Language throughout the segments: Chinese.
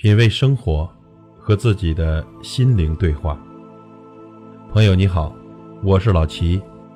品味生活，和自己的心灵对话。朋友你好，我是老齐。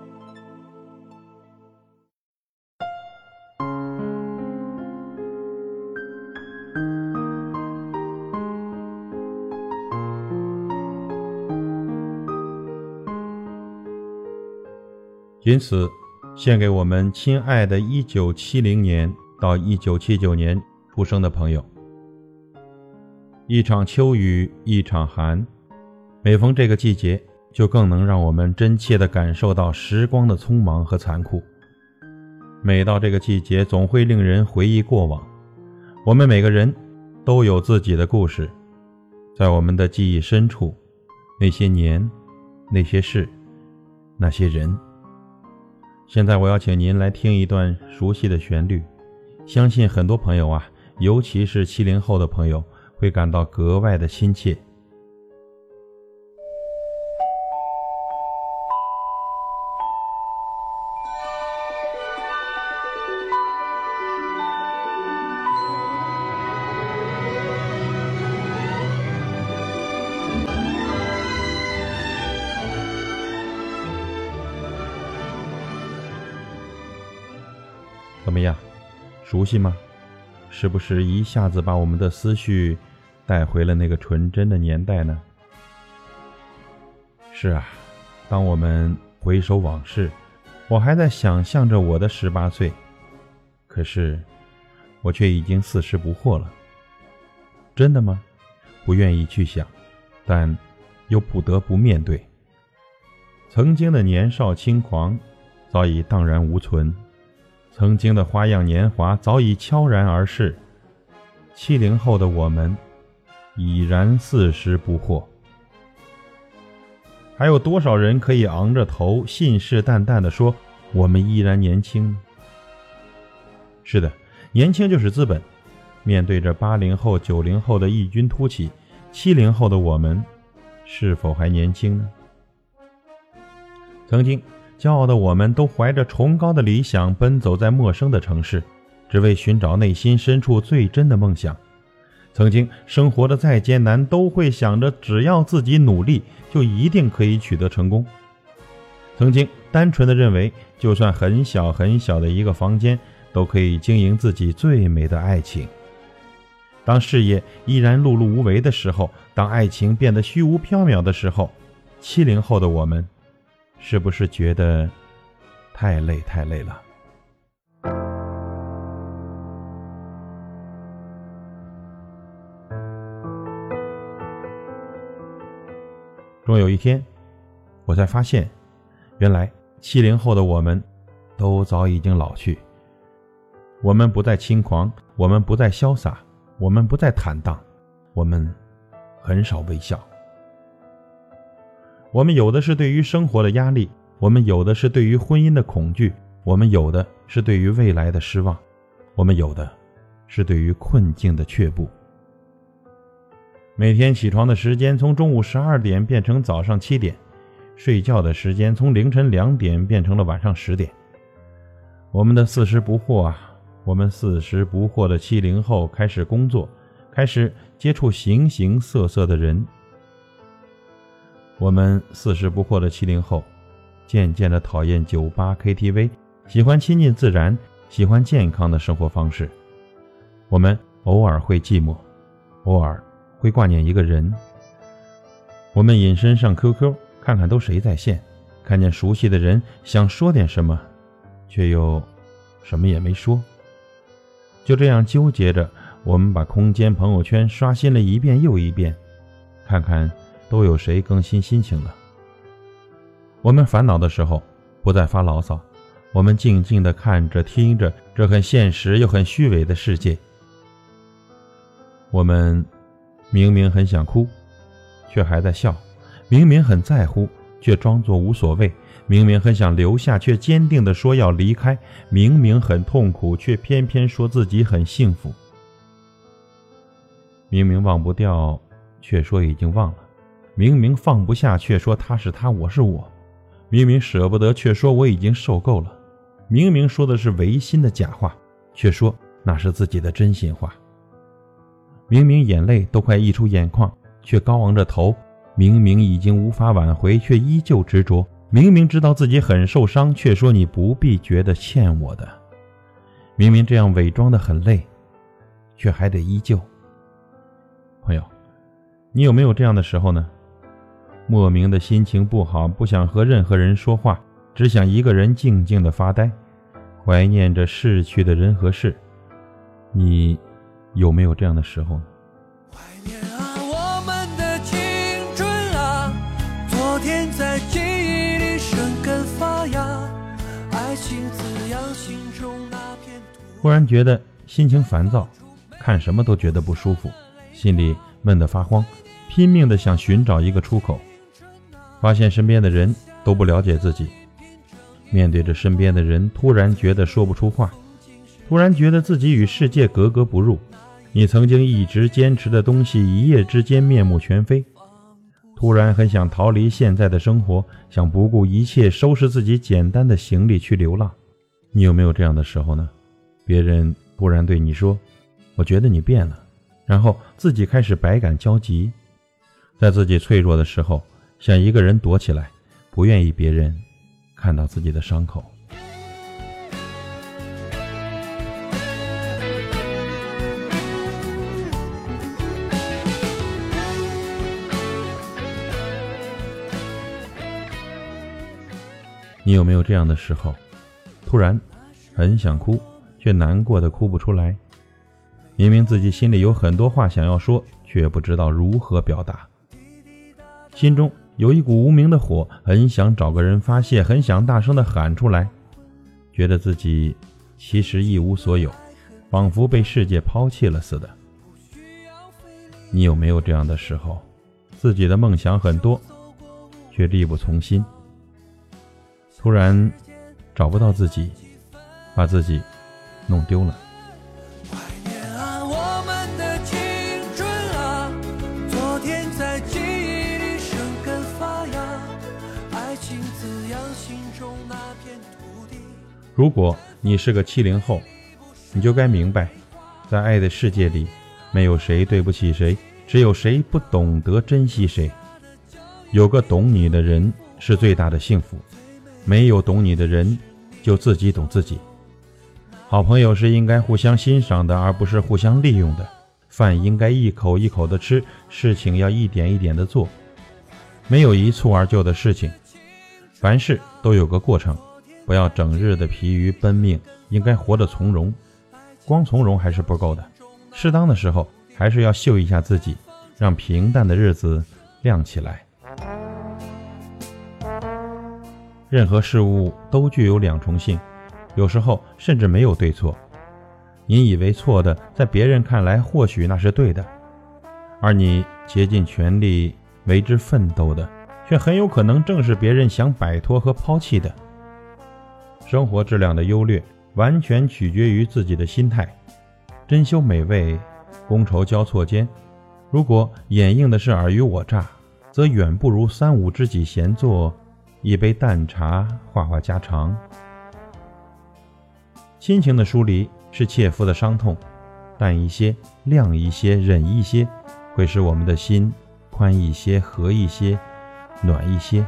因此，献给我们亲爱的1970年到1979年出生的朋友。一场秋雨一场寒，每逢这个季节，就更能让我们真切地感受到时光的匆忙和残酷。每到这个季节，总会令人回忆过往。我们每个人都有自己的故事，在我们的记忆深处，那些年，那些事，那些人。现在我要请您来听一段熟悉的旋律，相信很多朋友啊，尤其是70后的朋友，会感到格外的亲切。怎么样，熟悉吗？是不是一下子把我们的思绪带回了那个纯真的年代呢？是啊，当我们回首往事，我还在想象着我的18岁，可是我却已经40不惑了。真的吗？不愿意去想，但又不得不面对。曾经的年少轻狂早已荡然无存，曾经的花样年华早已悄然而逝。70后的我们已然40不惑，还有多少人可以昂着头信誓旦旦地说我们依然年轻呢？是的，年轻就是资本。面对着80后90后的异军突起，70后的我们是否还年轻呢？曾经骄傲的我们都怀着崇高的理想奔走在陌生的城市，只为寻找内心深处最真的梦想。曾经生活的再艰难，都会想着只要自己努力，就一定可以取得成功。曾经单纯的认为，就算很小很小的一个房间，都可以经营自己最美的爱情。当事业依然碌碌无为的时候，当爱情变得虚无缥缈的时候，70后的我们是不是觉得太累了？终有一天，我才发现，原来70后的我们都早已经老去。我们不再轻狂，我们不再潇洒，我们不再坦荡，我们很少微笑。我们有的是对于生活的压力，我们有的是对于婚姻的恐惧，我们有的是对于未来的失望，我们有的是对于困境的却步。每天起床的时间从中午12点变成早上7点，睡觉的时间从凌晨2点变成了晚上10点。我们的40不惑啊，我们40不惑的70后开始工作，开始接触形形色色的人。我们40不惑的70后渐渐地讨厌酒吧 KTV， 喜欢亲近自然，喜欢健康的生活方式。我们偶尔会寂寞，偶尔会挂念一个人。我们隐身上 QQ 看看都谁在线，看见熟悉的人想说点什么，却又什么也没说。就这样纠结着，我们把空间朋友圈刷新了一遍又一遍，看看都有谁更新心情了。我们烦恼的时候不再发牢骚，我们静静地看着听着这很现实又很虚伪的世界。我们明明很想哭，却还在笑；明明很在乎，却装作无所谓；明明很想留下，却坚定地说要离开；明明很痛苦，却偏偏说自己很幸福；明明忘不掉，却说已经忘了；明明放不下，却说他是他，我是我；明明舍不得，却说我已经受够了；明明说的是违心的假话，却说那是自己的真心话。 明明眼泪都快溢出眼眶，却高昂着头；明明已经无法挽回，却依旧执着；明明知道自己很受伤，却说你不必觉得欠我的；明明这样伪装得很累，却还得依旧。朋友，你有没有这样的时候呢？莫名的心情不好，不想和任何人说话，只想一个人静静地发呆，怀念着逝去的人和事。你有没有这样的时候呢？ 怀念啊，我们的青春啊，昨天在记忆里生根发芽，爱情滋养心中那片土。 忽然觉得心情烦躁，看什么都觉得不舒服，心里闷得发慌，拼命地想寻找一个出口。发现身边的人都不了解自己，面对着身边的人，突然觉得说不出话，突然觉得自己与世界格格不入。你曾经一直坚持的东西，一夜之间面目全非。突然很想逃离现在的生活，想不顾一切收拾自己简单的行李去流浪。你有没有这样的时候呢？别人突然对你说，我觉得你变了，然后自己开始百感交集。在自己脆弱的时候，想一个人躲起来，不愿意别人看到自己的伤口。你有没有这样的时候，突然很想哭，却难过的哭不出来？明明自己心里有很多话想要说，却不知道如何表达。心中有一股无名的火，很想找个人发泄，很想大声地喊出来，觉得自己其实一无所有，仿佛被世界抛弃了似的。你有没有这样的时候，自己的梦想很多，却力不从心？突然找不到自己，把自己弄丢了。 怀念啊，我们的青春啊，昨天在记忆里生根发芽，爱情滋养心中那片土地。 如果你是个70后，你就该明白，在爱的世界里，没有谁对不起谁，只有谁不懂得珍惜谁。有个懂你的人是最大的幸福，没有懂你的人，就自己懂自己。好朋友是应该互相欣赏的，而不是互相利用的。饭应该一口一口的吃，事情要一点一点的做，没有一蹴而就的事情。凡事都有个过程，不要整日的疲于奔命，应该活得从容。光从容还是不够的，适当的时候还是要秀一下自己，让平淡的日子亮起来。任何事物都具有两重性，有时候甚至没有对错。你以为错的，在别人看来或许那是对的，而你竭尽全力为之奋斗的，却很有可能正是别人想摆脱和抛弃的。生活质量的优劣完全取决于自己的心态。珍馐美味，觥筹交错间。如果掩映的是尔虞我诈，则远不如三五知己闲坐，一杯淡茶，话话家常。亲情的疏离是切肤的伤痛，淡一些，亮一些，忍一些，会使我们的心宽一些，和一些，暖一些。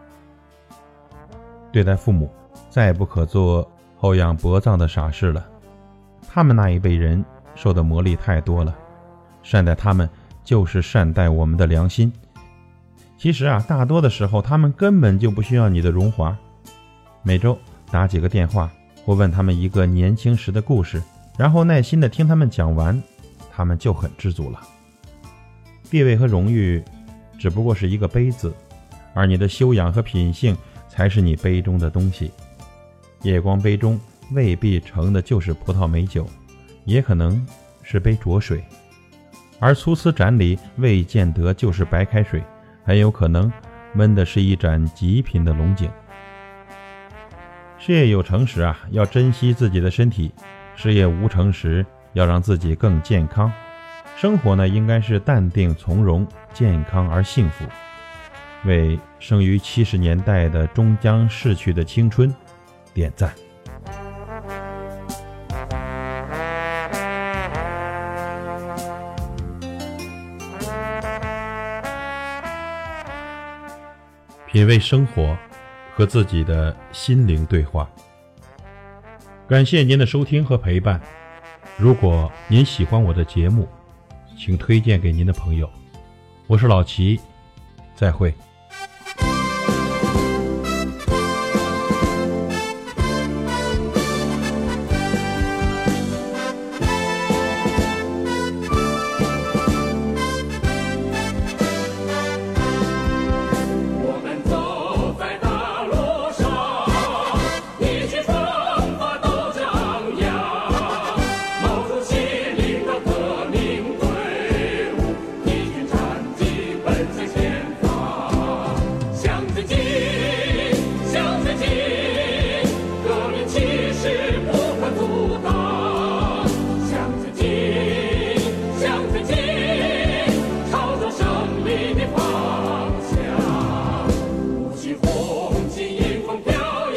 对待父母，再不可做厚养薄葬的傻事了。他们那一辈人受的磨砺太多了，善待他们就是善待我们的良心。其实大多的时候他们根本就不需要你的荣华。每周打几个电话，或问他们一个年轻时的故事，然后耐心地听他们讲完，他们就很知足了。地位和荣誉只不过是一个杯子，而你的修养和品性才是你杯中的东西。夜光杯中未必盛的就是葡萄美酒，也可能是杯浊水，而粗丝盏里未见得就是白开水，很有可能焖的是一盏极品的龙井。事业有成时要珍惜自己的身体，事业无成时要让自己更健康。生活呢，应该是淡定从容，健康而幸福。为生于70年代的终将逝去的青春点赞。 品味生活，和自己的心灵对话。感谢您的收听和陪伴。如果您喜欢我的节目，请推荐给您的朋友。我是老齐，再会。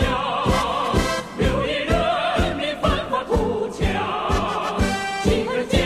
今日。